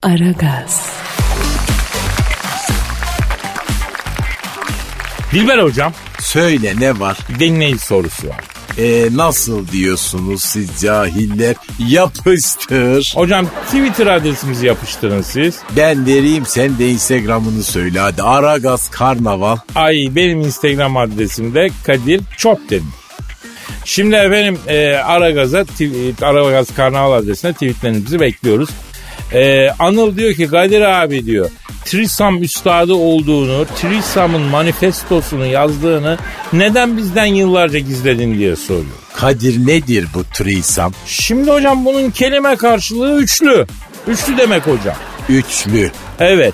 Aragaz. Dilber hocam. Söyle, ne var? Dinleyici sorusu var. Nasıl diyorsunuz siz cahiller? Yapıştır. Hocam Twitter adresimizi yapıştırın siz. Ben vereyim, sen de Instagram'ını söyle hadi. Aragaz Karnaval. Ay, benim Instagram adresim de Kadir Çopdemir. Şimdi efendim Aragaz Karnaval adresine tweetlerinizi bekliyoruz. Anıl diyor ki Kadir abi diyor, Trisam üstadı olduğunu, Trisam'ın manifestosunu yazdığını neden bizden yıllarca gizledin diye soruyor. Kadir, nedir bu Trisam? Şimdi hocam bunun kelime karşılığı üçlü. Üçlü demek hocam. Üçlü. Evet.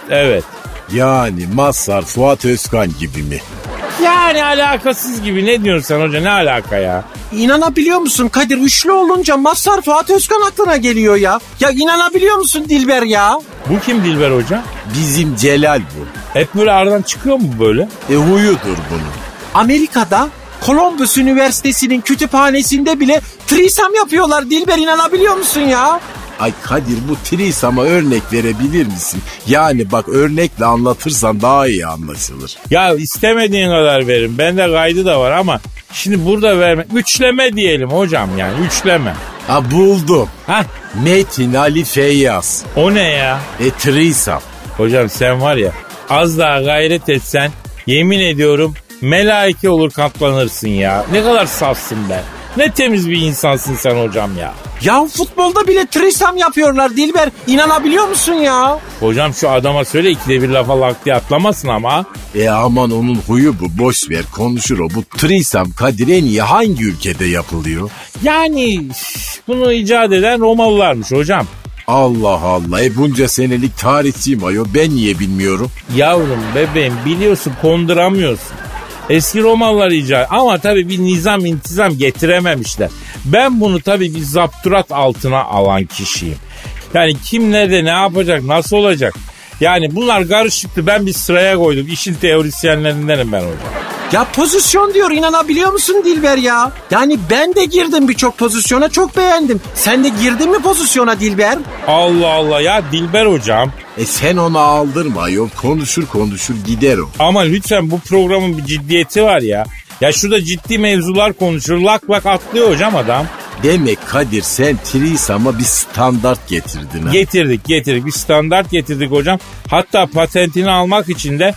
Yani Mazhar, Fuat Özkan gibi mi? Yani alakasız gibi. Ne diyorsun sen hoca, ne alaka ya? İnanabiliyor musun Kadir, üçlü olunca Mazhar Fuat Özkan aklına geliyor ya. Ya inanabiliyor musun Dilber ya? Bu kim Dilber hoca? Bizim Celal bu. Hep böyle aradan çıkıyor mu böyle? Huyudur bunun. Amerika'da Columbus Üniversitesi'nin kütüphanesinde bile trisam yapıyorlar Dilber, inanabiliyor musun ya? Ay Kadir, bu Trisam'a örnek verebilir misin? Yani bak, örnekle anlatırsan daha iyi anlaşılır. Ya istemediğin kadar verin. Bende kaydı da var ama şimdi burada vermek. Üçleme diyelim hocam, yani üçleme. Ha, buldum. Hah. Metin Ali Feyyaz. O ne ya? Trisam. Hocam sen var ya, az daha gayret etsen yemin ediyorum melaike olur katlanırsın ya. Ne kadar safsın be. Ne temiz bir insansın sen hocam ya. Ya futbolda bile trisam yapıyorlar Dilber, inanabiliyor musun ya? Hocam şu adama söyle, ikide bir lafa lak diye atlamasın ama. Aman, onun huyu bu, boş ver, konuşur o. Bu Trisam Kadir en iyi hangi ülkede yapılıyor? Yani bunu icat eden Romalılarmış hocam. Allah Allah, bunca senelik tarihçiyim ayol, ben niye bilmiyorum? Yavrum bebeğim, biliyorsun, konduramıyorsun. Eski Romalılar icat, ama tabii bir nizam intizam getirememişler. Ben bunu tabii bir zapturat altına alan kişiyim. Yani kim nerede ne yapacak, nasıl olacak? Yani bunlar karışıktı, ben bir sıraya koydum. İşin teorisyenlerindenim ben hocam. Ya pozisyon diyor, inanabiliyor musun Dilber ya? Yani ben de girdim birçok pozisyona, çok beğendim. Sen de girdin mi pozisyona Dilber? Allah Allah ya Dilber hocam. Sen onu aldırma ayol, konuşur gider o. Ama lütfen, bu programın bir ciddiyeti var ya. Ya şurada ciddi mevzular konuşur, lak lak atlıyor hocam adam. Demek Kadir, sen Trisam'a bir standart getirdin ha? Getirdik bir standart getirdik hocam. Hatta patentini almak için de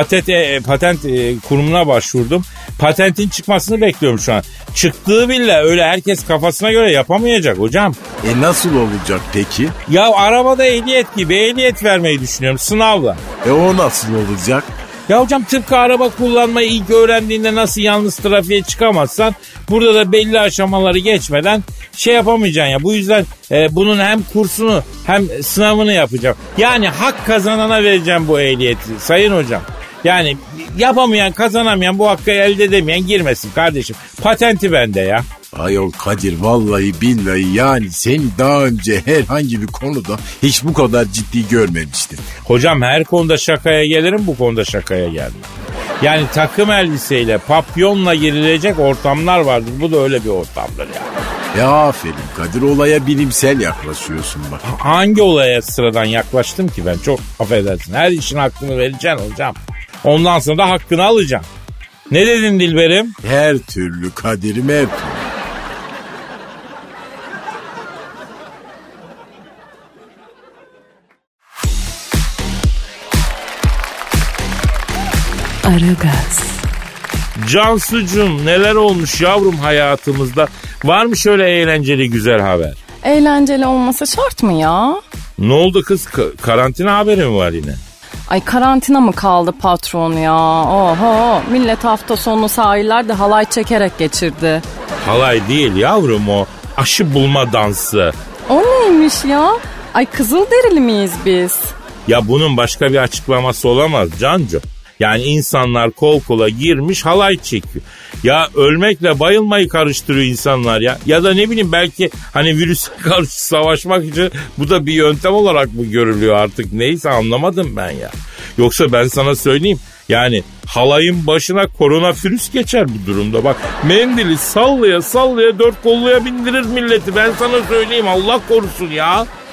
patent kurumuna başvurdum. Patentin çıkmasını bekliyorum şu an. Çıktığı bile öyle herkes kafasına göre yapamayacak hocam. Nasıl olacak peki? Ya arabada ehliyet gibi ehliyet vermeyi düşünüyorum sınavla. O nasıl olacak? Ya hocam, tıpkı araba kullanmayı ilk öğrendiğinde nasıl yalnız trafiğe çıkamazsan, burada da belli aşamaları geçmeden yapamayacaksın ya. Bu yüzden bunun hem kursunu hem sınavını yapacağım. Yani hak kazanana vereceğim bu ehliyeti sayın hocam. Yani yapamayan, kazanamayan, bu hakkı elde edemeyen girmesin kardeşim. Patenti bende ya. Ayol Kadir, vallahi billahi yani seni daha önce herhangi bir konuda hiç bu kadar ciddi görmemiştim. Hocam her konuda şakaya gelirim, bu konuda şakaya geldim. Yani takım elbiseyle, papyonla girilecek ortamlar vardır. Bu da öyle bir ortamdır ya. Ya aferin Kadir, olaya bilimsel yaklaşıyorsun bak. Hangi olaya sıradan yaklaştım ki ben? Çok affedersin. Her işin hakkını vereceksin hocam. Ondan sonra da hakkını alacaksın. Ne dedin Dilberim? Her türlü Kadir'im, her türlü. Aragaz. Cansucuğum, neler olmuş yavrum hayatımızda? Var mı şöyle eğlenceli güzel haber? Eğlenceli olması şart mı ya? Ne oldu kız? Karantina haberi mi var yine? Ay, karantina mı kaldı patron ya? Oho, millet hafta sonu sahillerde halay çekerek geçirdi. Halay değil yavrum, o aşı bulma dansı. O neymiş ya? Ay, Kızılderili miyiz biz? Ya bunun başka bir açıklaması olamaz Cancu. Yani insanlar kol kola girmiş halay çekiyor. Ya ölmekle bayılmayı karıştırıyor insanlar ya. Ya da ne bileyim, belki hani virüse karşı savaşmak için bu da bir yöntem olarak mı görülüyor artık, neyse anlamadım ben ya. Yoksa ben sana söyleyeyim, yani halayın başına koronavirüs geçer bu durumda. Bak, mendili sallaya sallaya dört kolluya bindirir milleti, ben sana söyleyeyim, Allah korusun ya.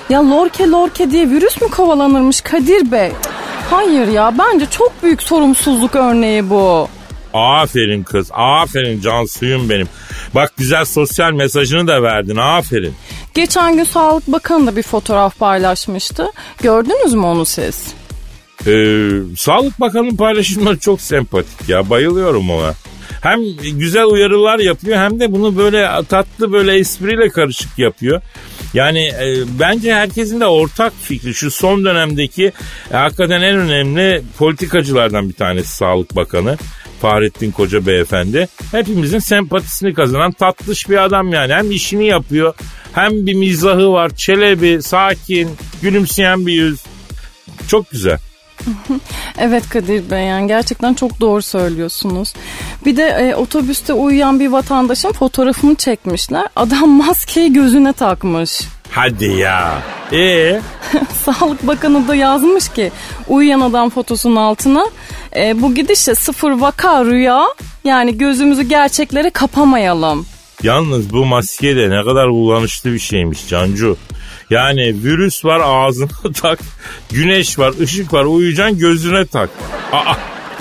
Ya lorke diye virüs mü kovalanırmış Kadir Bey? Hayır ya, bence çok büyük sorumsuzluk örneği bu. Aferin kız, aferin can suyum benim. Bak güzel sosyal mesajını da verdin, aferin. Geçen gün Sağlık Bakanı da bir fotoğraf paylaşmıştı. Gördünüz mü onu siz? Sağlık Bakanı'nın paylaşımları çok sempatik ya, bayılıyorum ona. Hem güzel uyarılar yapıyor hem de bunu böyle tatlı böyle espriyle karışık yapıyor. Yani bence herkesin de ortak fikri şu son dönemdeki hakikaten en önemli politikacılardan bir tanesi Sağlık Bakanı Fahrettin Koca beyefendi. Hepimizin sempatisini kazanan tatlış bir adam yani. Hem işini yapıyor hem bir mizahı var, çelebi, sakin, gülümseyen bir yüz. Çok güzel. Evet Kadir Bey, yani gerçekten çok doğru söylüyorsunuz. Bir de otobüste uyuyan bir vatandaşın fotoğrafını çekmişler. Adam maskeyi gözüne takmış. Hadi ya. Sağlık Bakanı da yazmış ki uyuyan adam fotosunun altına bu gidişle 0 vaka rüya, yani gözümüzü gerçeklere kapamayalım. Yalnız bu maske de ne kadar kullanışlı bir şeymiş Cancu. Yani virüs var ağzına tak, güneş var, ışık var, uyuyacaksın gözüne tak. Aa.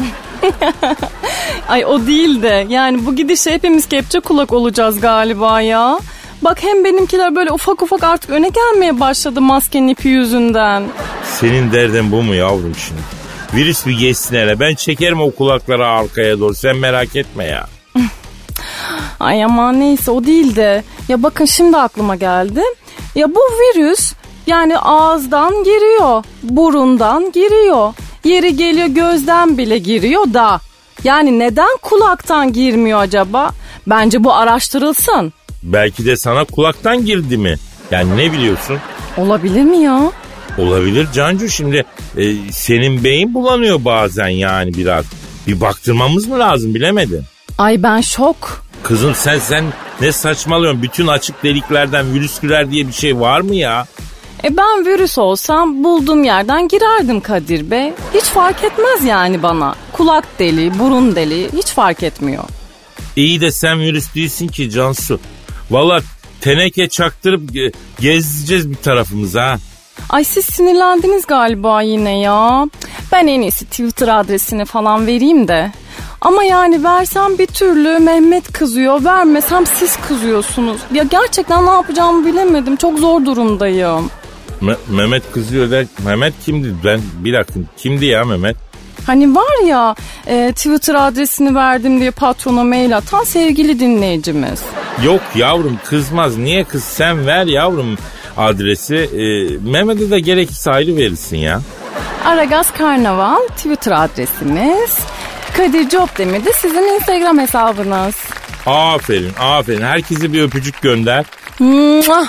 Ay o değil de yani bu gidişle hepimiz kepçe kulak olacağız galiba ya. Bak hem benimkiler böyle ufak ufak artık öne gelmeye başladı maskenin ipi yüzünden. Senin derdin bu mu yavrum şimdi? Virüs bir geçsin hele, ben çekerim o kulakları arkaya doğru, sen merak etme ya. Ay aman neyse, o değil de ya bakın şimdi aklıma geldi. Ya bu virüs yani ağızdan giriyor, burundan giriyor, yeri geliyor gözden bile giriyor da. Yani neden kulaktan girmiyor acaba? Bence bu araştırılsın. Belki de sana kulaktan girdi mi? Yani ne biliyorsun? Olabilir mi ya? Olabilir Cancu, şimdi senin beyin bulanıyor bazen yani biraz. Bir baktırmamız mı lazım, bilemedin. Ay ben şok. Kızım sen ne saçmalıyorsun? Bütün açık deliklerden virüs girer diye bir şey var mı ya? Ben virüs olsam bulduğum yerden girerdim Kadir Bey. Hiç fark etmez yani bana. Kulak deliği, burun deliği hiç fark etmiyor. İyi de sen virüs değilsin ki Cansu. Vallahi teneke çaktırıp gezeceğiz bir tarafımıza ha. Ay siz sinirlendiniz galiba yine ya. Ben en iyisi Twitter adresini falan vereyim de. Ama yani versem bir türlü Mehmet kızıyor, vermesem siz kızıyorsunuz. Ya gerçekten ne yapacağımı bilemedim. Çok zor durumdayım. Mehmet kızıyor der. Mehmet kimdi? Bir dakika, kimdi ya Mehmet? Hani var ya Twitter adresini verdim diye patrona mail atan sevgili dinleyicimiz. Yok yavrum, kızmaz. Niye kız? Sen ver yavrum adresi. Mehmet'e de gerekirse ayrı verirsin ya. Aragaz Karnaval Twitter adresimiz. Kadir Çöptemir de sizin Instagram hesabınız. Aferin. Herkese bir öpücük gönder. Mua.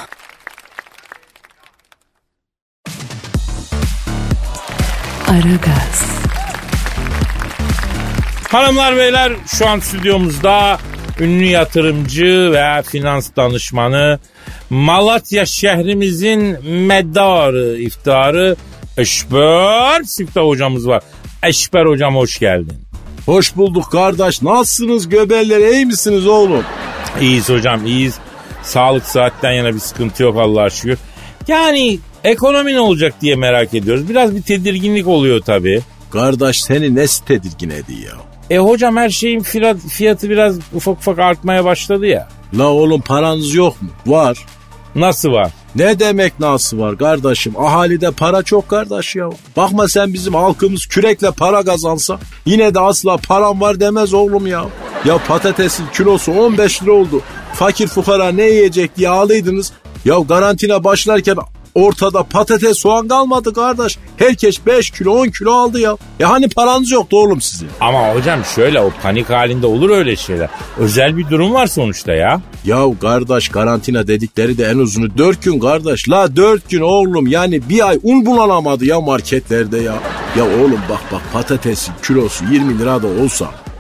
Aragaz. Hanımlar beyler, şu an stüdyomuzda ünlü yatırımcı ve finans danışmanı, Malatya şehrimizin meddarı, iftiharı Eşber Siftah hocamız var. Eşber hocam hoş geldin. Hoş bulduk kardeş. Nasılsınız göbeller, iyi misiniz oğlum? İyiyiz hocam, iyiyiz. Sağlık saatten yana bir sıkıntı yok Allah'a şükür. Yani ekonomi ne olacak diye merak ediyoruz. Biraz bir tedirginlik oluyor tabii. Kardeş seni ne tedirgin ediyor ya? Hocam her şeyin fiyatı biraz ufak artmaya başladı ya. La oğlum paranız yok mu? Var. Nasıl var? Ne demek nasıl var kardeşim? Ahalide para çok kardeş ya. Bakma sen bizim halkımız kürekle para kazansa yine de asla param var demez oğlum ya. Ya patatesin kilosu 15 lira oldu. Fakir fukara ne yiyecek diye ağlıydınız. Ya karantina başlarken ortada patates soğan kalmadı kardeş. Herkes 5 kilo 10 kilo aldı ya. Ya hani paranız yoktu oğlum sizin? Ama hocam şöyle, o panik halinde olur öyle şeyler. Özel bir durum var sonuçta ya. Ya kardeş karantina dedikleri de en uzunu 4 gün kardeş. La 4 gün oğlum, yani bir ay un bulunamadı ya marketlerde ya. Ya oğlum bak patatesin kilosu 20 lira da olsa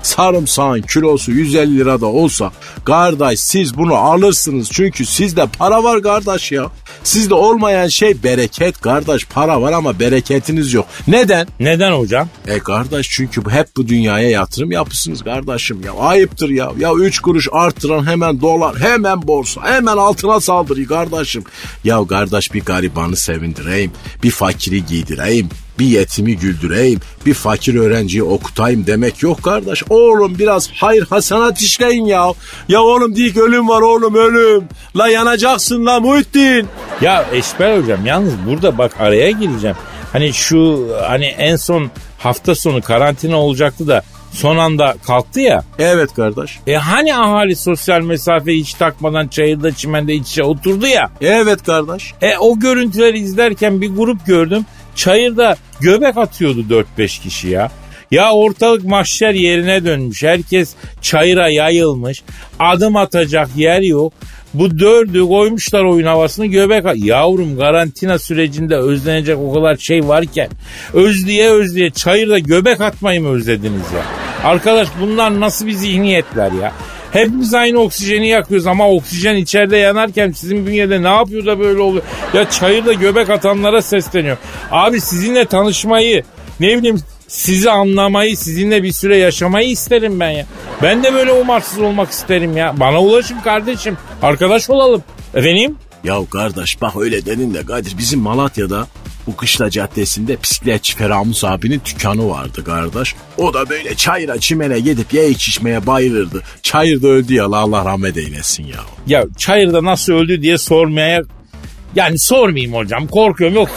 Sarımsağın kilosu 150 lirada olsa kardeş siz bunu alırsınız. Çünkü sizde para var kardeş ya. Sizde olmayan şey bereket kardeş. Para var ama bereketiniz yok. Neden? Neden hocam? Kardeş çünkü hep bu dünyaya yatırım yapısınız kardeşim ya. Ayıptır ya. Ya 3 kuruş artıran hemen dolar, hemen borsa, hemen altına saldırıyor kardeşim. Ya kardeş bir garibanı sevindireyim, bir fakiri giydireyim, bir yetimi güldüreyim, bir fakir öğrenciyi okutayım demek yok kardeş. Oğlum biraz hayır hasenat işleyin ya. Ya oğlum değil ölüm var oğlum ölüm. La yanacaksın la Muhittin. Ya Eşber hocam yalnız burada bak araya gireceğim. Hani şu hani en son hafta sonu karantina olacaktı da son anda kalktı ya. Evet kardeş. Hani ahali sosyal mesafeyi hiç takmadan çayırda çimende iç içe oturdu ya. Evet kardeş. O görüntüleri izlerken bir grup gördüm. Çayırda göbek atıyordu 4-5 kişi ya. Ya ortalık mahşer yerine dönmüş. Herkes çayıra yayılmış. Adım atacak yer yok. Bu dördü koymuşlar oyun havasını göbek at. Yavrum karantina sürecinde özlenecek o kadar şey varken özleye çayırda göbek atmayı mı özlediniz ya? Arkadaş bunlar nasıl bir zihniyetler ya? Hepimiz aynı oksijeni yakıyoruz ama oksijen içeride yanarken sizin bünyede ne yapıyor da böyle oluyor? Ya çayırda göbek atanlara sesleniyor. Abi sizinle tanışmayı, ne bileyim sizi anlamayı, sizinle bir süre yaşamayı isterim ben ya. Ben de böyle umarsız olmak isterim ya. Bana ulaşın kardeşim. Arkadaş olalım. Efendim? Ya kardeş bak öyle dedin de Kadir bizim Malatya'da bu Kışla Caddesi'nde bisikletçi Feramus abinin dükkanı vardı kardeş. O da böyle çayıra çimene gidip ye içmeye bayılırdı. Çayırda öldü ya Allah rahmet eylesin ya. Ya çayırda nasıl öldü diye sormaya... Yani sormayayım hocam korkuyorum yok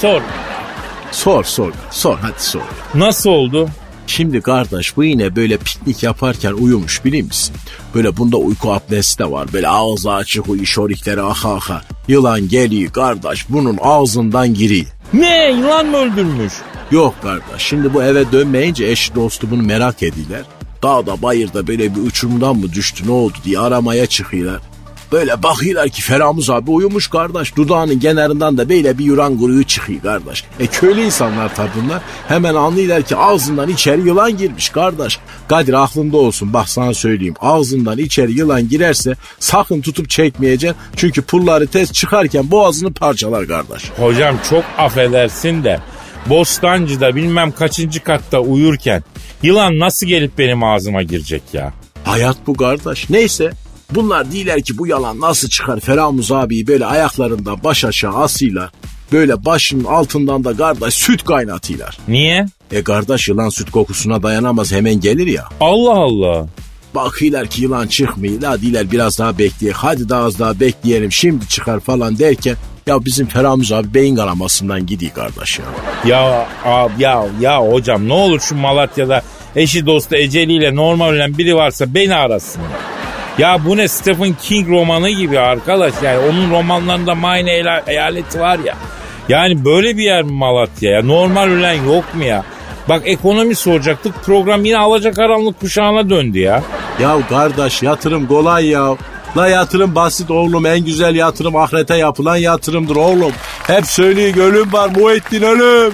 Sor hadi sor. Nasıl oldu? Şimdi kardeş bu yine böyle piknik yaparken uyumuş biliyor musun? Böyle bunda uyku apnesi de var. Böyle ağzı açık uyu şorikleri aha. Yılan geliyor kardeş bunun ağzından giriyor. Ne yılan mı öldürmüş? Yok kardeş şimdi bu eve dönmeyince eşi dostu bunu merak ediyorlar. Dağda bayırda böyle bir uçurumdan mı düştü ne oldu diye aramaya çıkıyorlar. Böyle bakıyorlar ki Feramuz abi uyumuş kardeş. Dudağının kenarından da böyle bir yuran kuruğu çıkıyor kardeş. Köylü insanlar tabi bunlar. Hemen anlıyorlar ki ağzından içeri yılan girmiş kardeş. Kadir aklında olsun bak sana söyleyeyim. Ağzından içeri yılan girerse sakın tutup çekmeyeceksin. Çünkü pulları tez çıkarken boğazını parçalar kardeş. Hocam çok affedersin de Bostancı'da bilmem kaçıncı katta uyurken yılan nasıl gelip benim ağzıma girecek ya? Hayat bu kardeş. Neyse. Bunlar diyorlar ki bu yalan nasıl çıkar Feramuz abiyi böyle ayaklarından baş aşağı asıyla böyle başının altından da kardeş süt kaynatıyorlar. Niye? Kardeş yılan süt kokusuna dayanamaz hemen gelir ya. Allah Allah. Bakıyorlar ki yılan çıkmıyor. La diyorlar biraz daha bekleyelim. Hadi daha az daha bekleyelim şimdi çıkar falan derken ya bizim Feramuz abi beyin kanamasından gidiyor kardeş ya. Ya hocam ne olur şu Malatya'da eşi dostu eceliyle normal ölen biri varsa beni arasın. Ya bu ne Stephen King romanı gibi arkadaş yani onun romanlarında Mayne eyaleti var ya. Yani böyle bir yer mi Malatya ya? Normal ölen yok mu ya? Bak ekonomi soracaktık program yine alacakaranlık kuşağına döndü ya. Ya kardeş yatırım kolay ya. La yatırım basit oğlum en güzel yatırım ahirete yapılan yatırımdır oğlum. Hep söyleyin ölüm var Muhittin ölüm.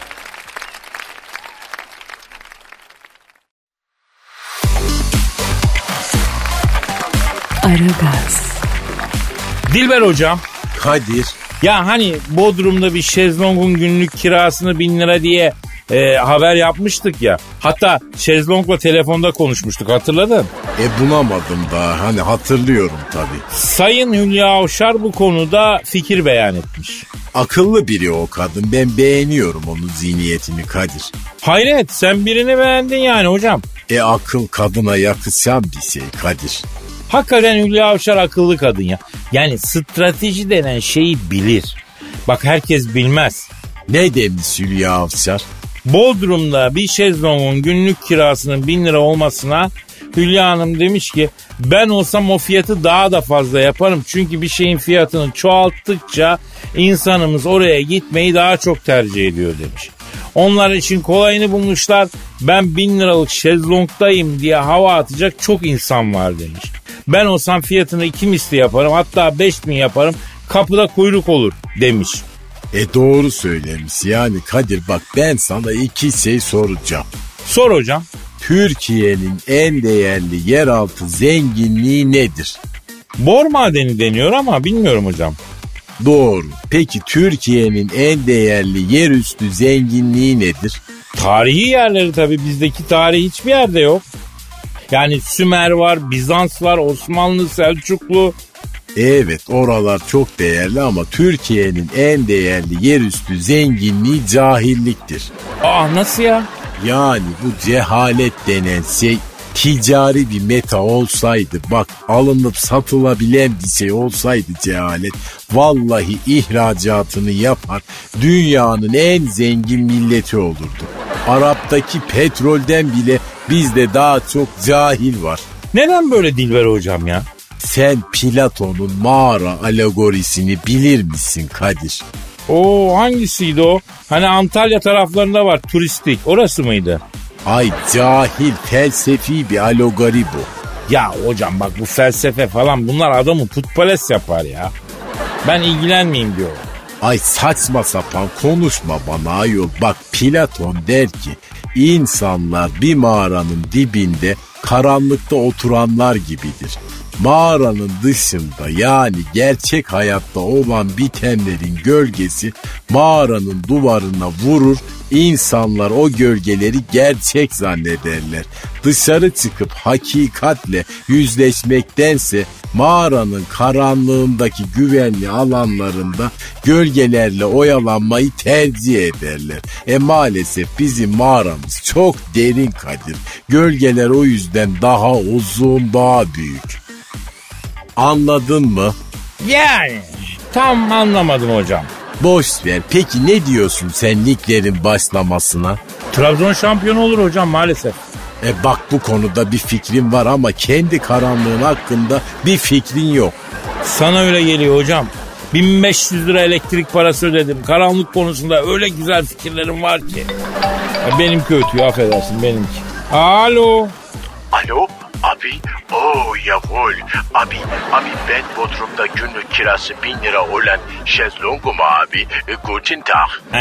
Aragaz. Dilber hocam. Kadir. Ya hani Bodrum'da bir şezlongun günlük kirasını 1000 lira diye haber yapmıştık ya. Hatta şezlongla telefonda konuşmuştuk hatırladın? Bulamadım daha hani hatırlıyorum tabii. Sayın Hülya Avşar bu konuda fikir beyan etmiş. Akıllı biri o kadın ben beğeniyorum onun zihniyetini Kadir. Hayret sen birini beğendin yani hocam. Akıl kadına yakışan bir şey Kadir. Hakikaten Hülya Avşar akıllı kadın ya. Yani strateji denen şeyi bilir. Bak herkes bilmez. Ne demiş Hülya Avşar? Bodrum'da bir şezlongun günlük kirasının 1000 lira olmasına Hülya Hanım demiş ki ben olsam o fiyatı daha da fazla yaparım. Çünkü bir şeyin fiyatını çoğalttıkça insanımız oraya gitmeyi daha çok tercih ediyor demiş. Onlar için kolayını bulmuşlar. Ben 1000 liralık şezlongdayım diye hava atacak çok insan var demiş. Ben olsam fiyatını 2 misli yaparım hatta 5000 yaparım kapıda kuyruk olur demiş. Doğru söylemiş yani Kadir bak ben sana 2 şey soracağım. Sor hocam. Türkiye'nin en değerli yeraltı zenginliği nedir? Bor madeni deniyor ama bilmiyorum hocam. Doğru. Peki Türkiye'nin en değerli yerüstü zenginliği nedir? Tarihi yerleri tabii, bizdeki tarih hiçbir yerde yok. Yani Sümer var, Bizans var, Osmanlı, Selçuklu. Evet, oralar çok değerli ama Türkiye'nin en değerli yerüstü zenginliği cahilliktir. Nasıl ya? Yani bu cehalet denen şey ticari bir meta olsaydı, bak alınıp satılabilen bir şey olsaydı cehalet, vallahi ihracatını yapar, dünyanın en zengin milleti olurdu. Arap'taki petrolden bile bizde daha çok cahil var. Neden böyle Dilber hocam ya? Sen Platon'un mağara alegorisini bilir misin Kadir? Hangisiydi o? Hani Antalya taraflarında var, turistik. Orası mıydı? Ay cahil, felsefi bir alegori bu. Ya hocam bak, bu felsefe falan, bunlar adamı putperest yapar ya. Ben ilgilenmeyeyim diyor. Ay saçma sapan konuşma bana ayol. Bak Platon der ki insanlar bir mağaranın dibinde karanlıkta oturanlar gibidir. Mağaranın dışında, yani gerçek hayatta olan bitenlerin gölgesi mağaranın duvarına vurur. İnsanlar o gölgeleri gerçek zannederler. Dışarı çıkıp hakikatle yüzleşmektense mağaranın karanlığındaki güvenli alanlarında gölgelerle oyalanmayı tercih ederler. Maalesef bizim mağaramız çok derin Kadir. Gölgeler o yüzden daha uzun, daha büyük. Anladın mı? Yani tam anlamadım hocam. Boş ver. Peki ne diyorsun sen liglerin başlamasına? Trabzon şampiyon olur hocam maalesef. Bak bu konuda bir fikrin var ama kendi karanlığın hakkında bir fikrin yok. Sana öyle geliyor hocam. 1500 lira elektrik parası ödedim. Karanlık konusunda öyle güzel fikirlerim var ki. Benimki ötüyor, affedersin, benimki. Alo. Alo abi, yavul abi ben Bodrum'da günlük kirası 1000 lira olan şezlongum abi. Guten Tag.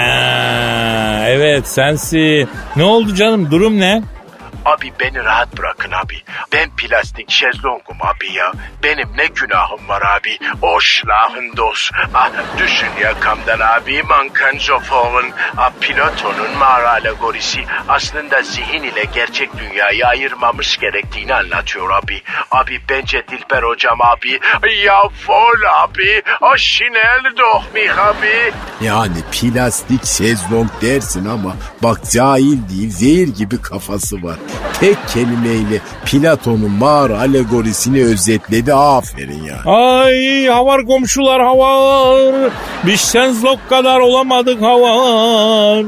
Evet sensin. Ne oldu canım, durum ne? Abi beni rahat bırakın abi. Ben plastik şezlongum abi ya. Benim ne günahım var abi. O şlahın dos. Düşün yakamdan abi. Man kann so fahren. Platon'un mağara alegorisi aslında zihin ile gerçek dünyayı ayırmamız gerektiğini anlatıyor abi. Abi bence Dilber hocam abi. Ya voll abi. O schnell doch mich abi. Yani plastik şezlong dersin ama bak cahil değil, zehir gibi kafası var. Tek kelimeyle Platon'un mağara alegorisini özetledi, aferin ya. Ay havar komşular havar. Biz şenzlok kadar olamadık havar.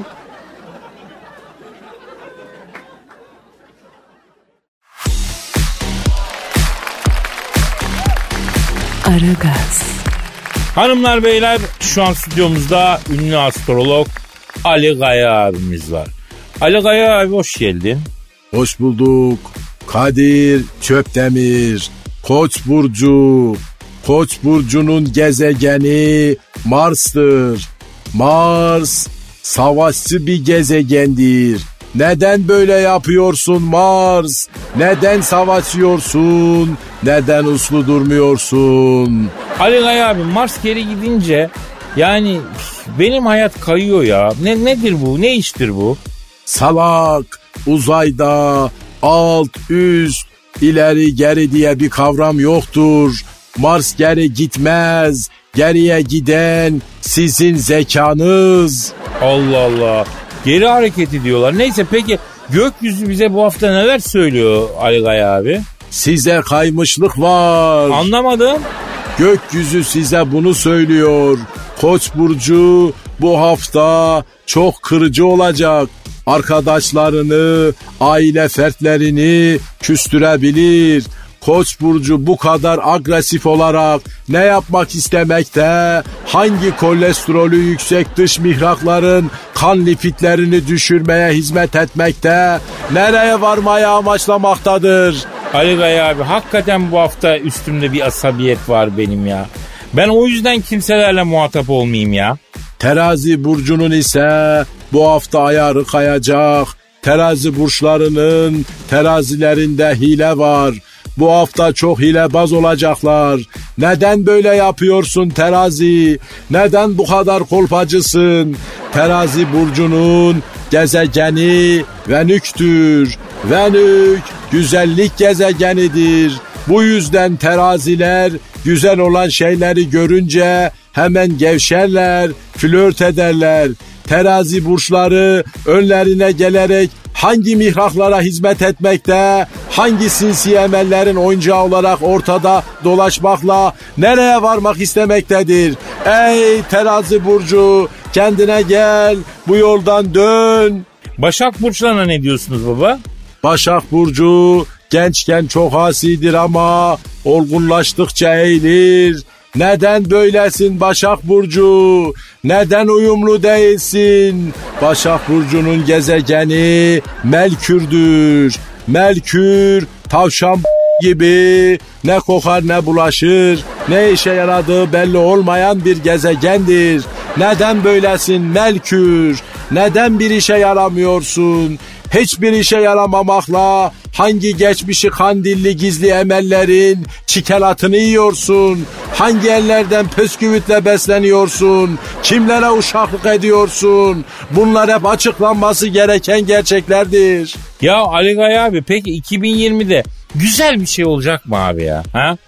Aragaz. Hanımlar beyler, şu an stüdyomuzda ünlü astrolog Ali Kaya abimiz var. Ali Kaya abi hoş geldin. Hoş bulduk. Kadir Çöptemir, Koç burcu. Koç burcunun gezegeni Mars'tır. Mars savaşçı bir gezegendir. Neden böyle yapıyorsun Mars? Neden savaşıyorsun? Neden uslu durmuyorsun? Ali Kaya abi, Mars geri gidince yani benim hayat kayıyor ya. Nedir bu? Ne iştir bu? Salak, uzayda alt, üst, ileri, geri diye bir kavram yoktur. Mars geri gitmez. Geriye giden sizin zekanız. Allah Allah. Geri hareket ediyorlar. Neyse, peki gökyüzü bize bu hafta neler söylüyor Ali Kaya abi? Size kaymışlık var. Anlamadım. Gökyüzü size bunu söylüyor. Koç burcu bu hafta çok kırıcı olacak. Arkadaşlarını, aile fertlerini küstürebilir. Koç burcu bu kadar agresif olarak ne yapmak istemekte? Hangi kolesterolü yüksek dış mihrakların kan lipidlerini düşürmeye hizmet etmekte? Nereye varmaya amaçlamaktadır? Ali Kaya abi, hakikaten bu hafta üstümde bir asabiyet var benim ya. Ben o yüzden kimselerle muhatap olmayayım ya. Terazi burcunun ise bu hafta ayarı kayacak. terazi burçlarının terazilerinde hile var. Bu hafta çok hilebaz olacaklar. Neden böyle yapıyorsun terazi? Neden bu kadar kolpacısın? Terazi burcunun gezegeni Venük'tür. Venük güzellik gezegenidir. Bu yüzden teraziler güzel olan şeyleri görünce hemen gevşerler, flört ederler. Terazi burçları önlerine gelerek hangi mihraklara hizmet etmekte, hangi sinsi emellerin oyuncağı olarak ortada dolaşmakla nereye varmak istemektedir. Ey terazi burcu, kendine gel, bu yoldan dön. Başak burçlarına ne diyorsunuz baba? Başak burcu gençken çok asidir ama olgunlaştıkça eğilir. Neden böylesin Başak burcu? Neden uyumlu değilsin? Başak burcunun gezegeni Merkür'dür. Merkür tavşan gibi ne kokar ne bulaşır, ne işe yaradığı belli olmayan bir gezegendir. Neden böylesin Merkür? Neden bir işe yaramıyorsun? Hiçbir işe yaramamakla hangi geçmişi kandilli gizli emellerin çikolatını yiyorsun? Hangi ellerden püsküvitle besleniyorsun? Kimlere uşaklık ediyorsun? Bunlar hep açıklanması gereken gerçeklerdir. Ya Ali Gaya abi, peki 2020'de güzel bir şey olacak mı abi ya? Ha?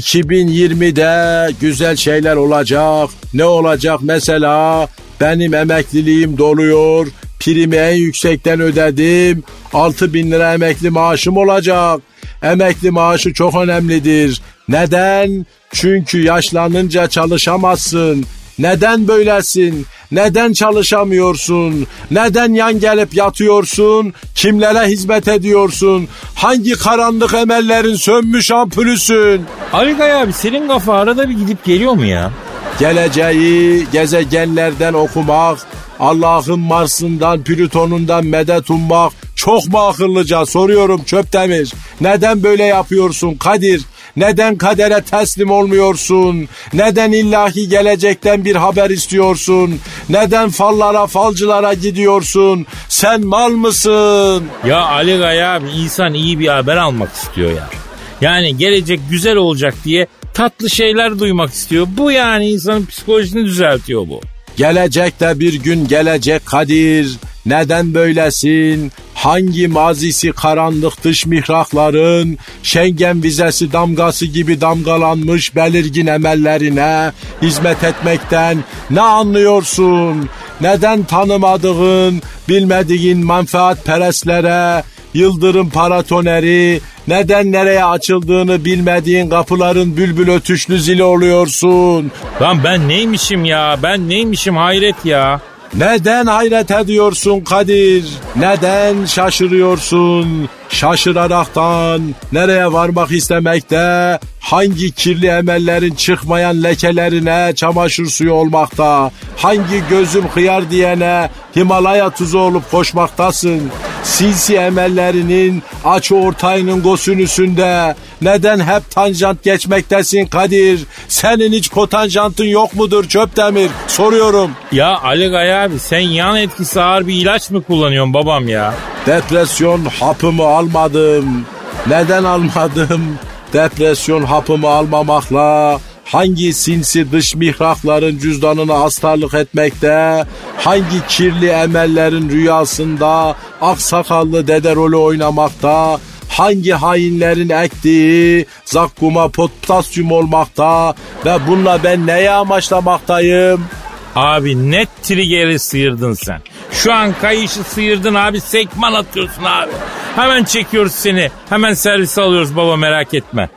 2020'de güzel şeyler olacak. Ne olacak mesela? Benim emekliliğim doluyor. Primi en yüksekten ödedim. 6.000 lira emekli maaşım olacak. Emekli maaşı çok önemlidir. Neden? Çünkü yaşlanınca çalışamazsın. Neden böylesin? Neden çalışamıyorsun? Neden yan gelip yatıyorsun? Kimlere hizmet ediyorsun? Hangi karanlık emellerin sönmüş ampulüsün? Ali Gaya abi, senin kafa arada bir gidip geliyor mu ya? Geleceği gezegenlerden okumak, Allah'ın Mars'ından, Plüton'undan medet ummak çok mu akıllıca? Soruyorum Çöptemir. Neden böyle yapıyorsun Kadir? Neden kadere teslim olmuyorsun? Neden illahi gelecekten bir haber istiyorsun? Neden fallara, falcılara gidiyorsun? Sen mal mısın? Ya Ali Gaya abi, insan iyi bir haber almak istiyor ya. Yani gelecek güzel olacak diye tatlı şeyler duymak istiyor. Bu yani insanın psikolojisini düzeltiyor bu. Gelecekte bir gün gelecek Kadir. Neden böylesin? Hangi mazisi karanlık dış mihrakların Schengen vizesi damgası gibi damgalanmış belirgin emellerine hizmet etmekten ne anlıyorsun? Neden tanımadığın, bilmediğin menfaatperestlere, yıldırım paratoneri, neden nereye açıldığını bilmediğin kapıların bülbül ötüşlü zili oluyorsun? Lan ben neymişim ya? Ben neymişim, hayret ya. Neden hayret ediyorsun Kadir? Neden şaşırıyorsun? Şaşıraraktan nereye varmak istemekte? Hangi kirli emellerin çıkmayan lekelerine çamaşır suyu olmakta? Hangi gözüm hıyar diyene Himalaya tuzu olup koşmaktasın? Sinsi emellerinin açı ortayının gosünüsünde neden hep tanjant geçmektesin Kadir? Senin hiç kotanjantın yok mudur Çöptemir? Soruyorum. Ya Ali Gaya abi, sen yan etkisi ağır bir ilaç mı kullanıyorsun babam ya? Depresyon hapımı almadım. Neden almadım? Depresyon hapımı almamakla hangi sinsi dış mihrakların cüzdanını astarlık etmekte, hangi kirli emellerin rüyasında aksakallı dede rolü oynamakta, hangi hainlerin ektiği zakkuma potasyum olmakta ve bununla ben neyi amaçlamaktayım? Abi net trigger'i sıyırdın sen. Şu an kayışı sıyırdın abi, sekman atıyorsun abi. Hemen çekiyoruz seni. Hemen servise alıyoruz baba, merak etme.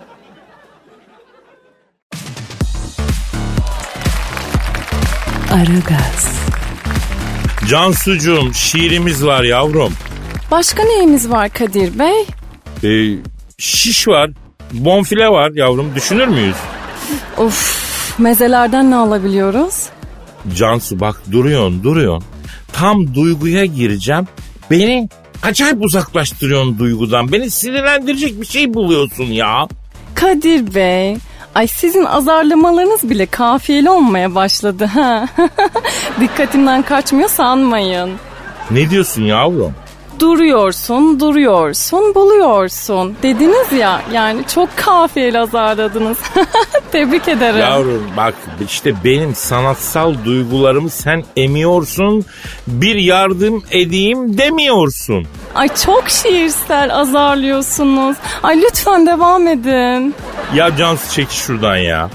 Aragaz. Cansucuğum, şiirimiz var yavrum. Başka neyimiz var Kadir Bey? Şiş var, bonfile var yavrum, düşünür müyüz? Of, mezelerden ne alabiliyoruz? Cansu bak, duruyorsun. Tam duyguya gireceğim. Beni acayip uzaklaştırıyorsun duygudan. Beni sinirlendirecek bir şey buluyorsun ya. Kadir Bey, ay sizin azarlamalarınız bile kafiyeli olmaya başladı ha. Dikkatimden kaçmıyor sanmayın. Ne diyorsun yavrum? Duruyorsun, buluyorsun dediniz ya, yani çok kafiyeli azarladınız. Tebrik ederim. Yavrum bak işte benim sanatsal duygularımı sen emiyorsun, bir yardım edeyim demiyorsun. Ay çok şiirsel azarlıyorsunuz. Ay lütfen devam edin. Ya Cansu çek şuradan ya.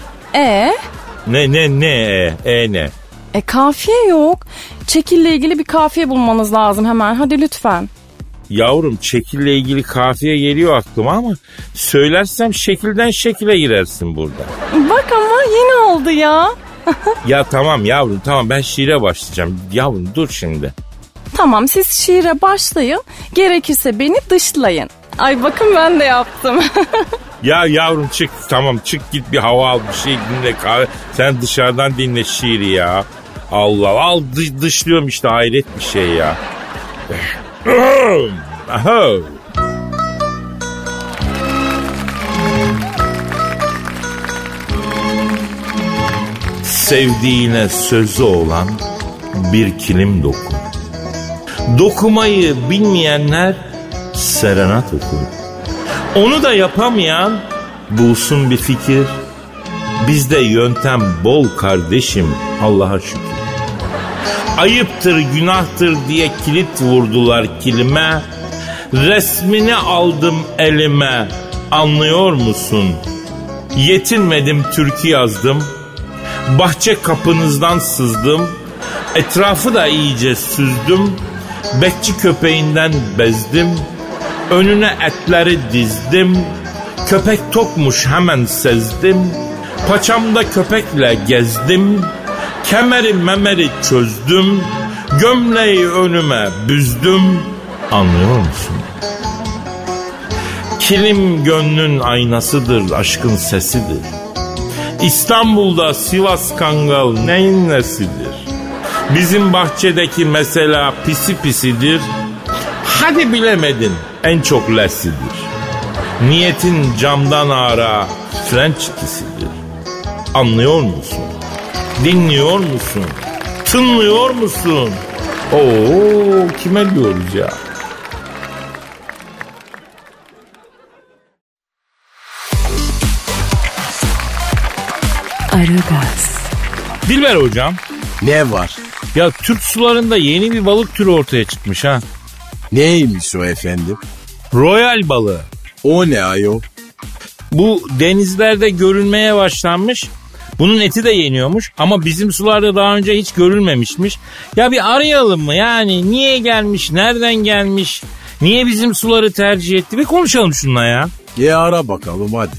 Ne? Kafiye yok. Çekille ilgili bir kafiye bulmanız lazım hemen. Hadi lütfen. Yavrum çekille ilgili kafiye geliyor aklıma ama söylersem şekilden şekile girersin burada. Bak ama yine oldu ya. Ya tamam yavrum tamam, ben şiire başlayacağım. Yavrum dur şimdi. Tamam, siz şiire başlayın. Gerekirse beni dışlayın. Ay bakın ben de yaptım. Ya yavrum çık, tamam çık git bir hava al, bir şey dinle, kahve. Sen dışarıdan dinle şiiri ya. Allah al, dışlıyorum işte, hayret bir şey ya. Sevdiğine sözü olan bir kilim dokun. Dokumayı bilmeyenler serenat okur. Onu da yapamayan bulsun bir fikir. Bizde yöntem bol kardeşim, Allah'a şükür. Ayıptır günahtır diye kilit vurdular kilime. Resmini aldım elime, anlıyor musun? Yetinmedim türkü yazdım. Bahçe kapınızdan sızdım. Etrafı da iyice süzdüm. Bekçi köpeğinden bezdim. Önüne etleri dizdim. Köpek tokmuş hemen sezdim. Paçamda köpekle gezdim. Kemeri memeri çözdüm. Gömleği önüme büzdüm. Anlıyor musun? Kilim gönlün aynasıdır, aşkın sesidir. İstanbul'da Sivas Kangal neyin nesidir? Bizim bahçedeki mesela pisi pisidir. Hadi bilemedin, en çok lesidir. Niyetin camdan ara French kisidir. Anlıyor musun? Dinliyor musun? Tınlıyor musun? Oo, kime diyoruz ya? Aragaz. Dilber hocam. Ne var? Ya Türk sularında yeni bir balık türü ortaya çıkmış ha. Neymiş o efendim? Royal balığı. O ne ayol? Bu denizlerde görülmeye başlanmış. Bunun eti de yeniyormuş ama bizim sularda daha önce hiç görülmemişmiş. Ya bir arayalım mı yani, niye gelmiş, nereden gelmiş, niye bizim suları tercih etti, bir konuşalım şununla ya. Ara bakalım hadi.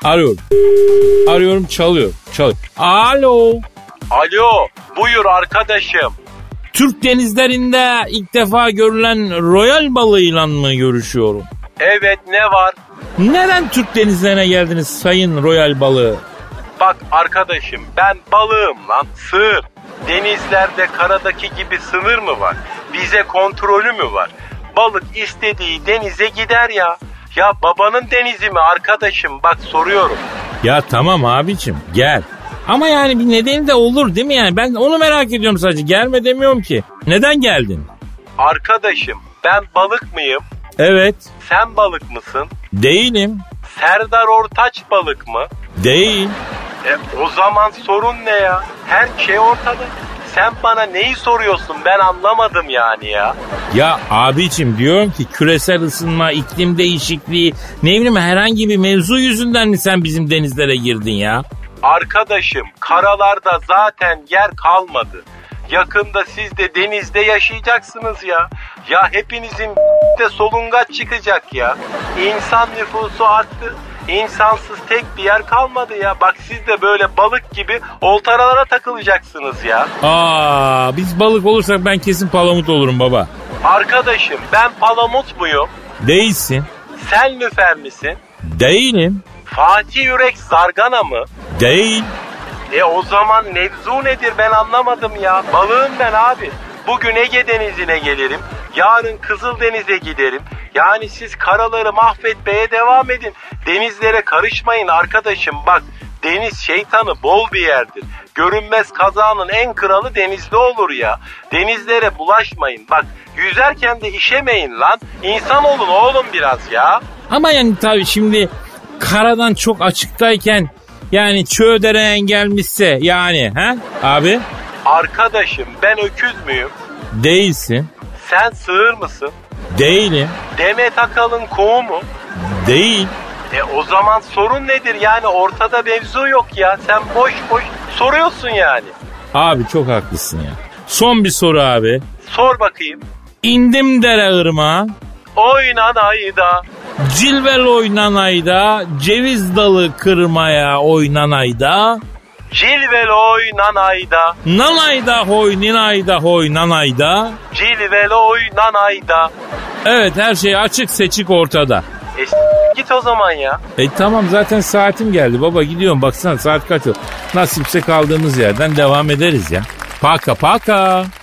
Arıyorum, çalıyor. Alo. Alo, buyur arkadaşım. Türk denizlerinde ilk defa görülen royal balığıyla mı görüşüyorum? Evet, ne var? Neden Türk denizlerine geldiniz sayın royal balığı? Bak arkadaşım, ben balığım lan, sığır. Denizlerde karadaki gibi sınır mı var? Vize kontrolü mü var? Balık istediği denize gider ya. Ya babanın denizi mi arkadaşım? Bak soruyorum. Ya tamam abicim gel. Ama yani bir nedeni de olur değil mi yani? Ben onu merak ediyorum sadece. Gelme demiyorum ki. Neden geldin? Arkadaşım, ben balık mıyım? Evet. Sen balık mısın? Değilim. Serdar Ortaç balık mı? Değil. O zaman sorun ne ya? Her şey ortada. Sen bana neyi soruyorsun, ben anlamadım yani ya. Ya abicim diyorum ki küresel ısınma, iklim değişikliği, ne bileyim herhangi bir mevzu yüzünden mi sen bizim denizlere girdin ya? Arkadaşım, karalarda zaten yer kalmadı. Yakında siz de denizde yaşayacaksınız ya. Ya hepinizin de solungaç çıkacak ya. İnsan nüfusu arttı. İnsansız tek bir yer kalmadı ya. Bak siz de böyle balık gibi oltaralara takılacaksınız ya. Biz balık olursak ben kesin palamut olurum baba. Arkadaşım, ben palamut muyum? Değilsin. Sen lüfer misin? Değilim. Fatih Yürek Zargana mı? Değil. O zaman mevzu nedir, ben anlamadım ya. Balığım ben abi. Bugün Ege Denizi'ne gelirim. Yarın Kızıldeniz'e giderim. Yani siz karaları mahvetmeye devam edin. Denizlere karışmayın arkadaşım. Bak, Deniz şeytanı bol bir yerdir. Görünmez kazanın en kralı denizde olur ya. Denizlere bulaşmayın. Bak yüzerken de işemeyin lan. İnsan olun oğlum biraz ya. Ama yani tabii şimdi karadan çok açıktayken yani çöğ deren gelmişse yani ha abi? Arkadaşım ben öküz müyüm? Değilsin. Sen sığır mısın? Değilim. Demet Akalın kuğu mu? Değil. O zaman sorun nedir? Yani ortada mevzu yok ya. Sen boş boş soruyorsun yani. Abi çok haklısın ya. Son bir soru abi. Sor bakayım. İndim dere ırmağa. Oynan ayda. Cilvel oynan ayda. Ceviz dalı kırmaya oynan ayda. Cilvel oynan ayda. Nanayda hoy ninayda hoy nanayda. Cilvel oynan ayda. Evet her şey açık seçik ortada. Git o zaman ya. Tamam zaten saatim geldi baba gidiyorum baksana saat kaç oldu. Nasipse kaldığımız yerden devam ederiz ya. Paka paka.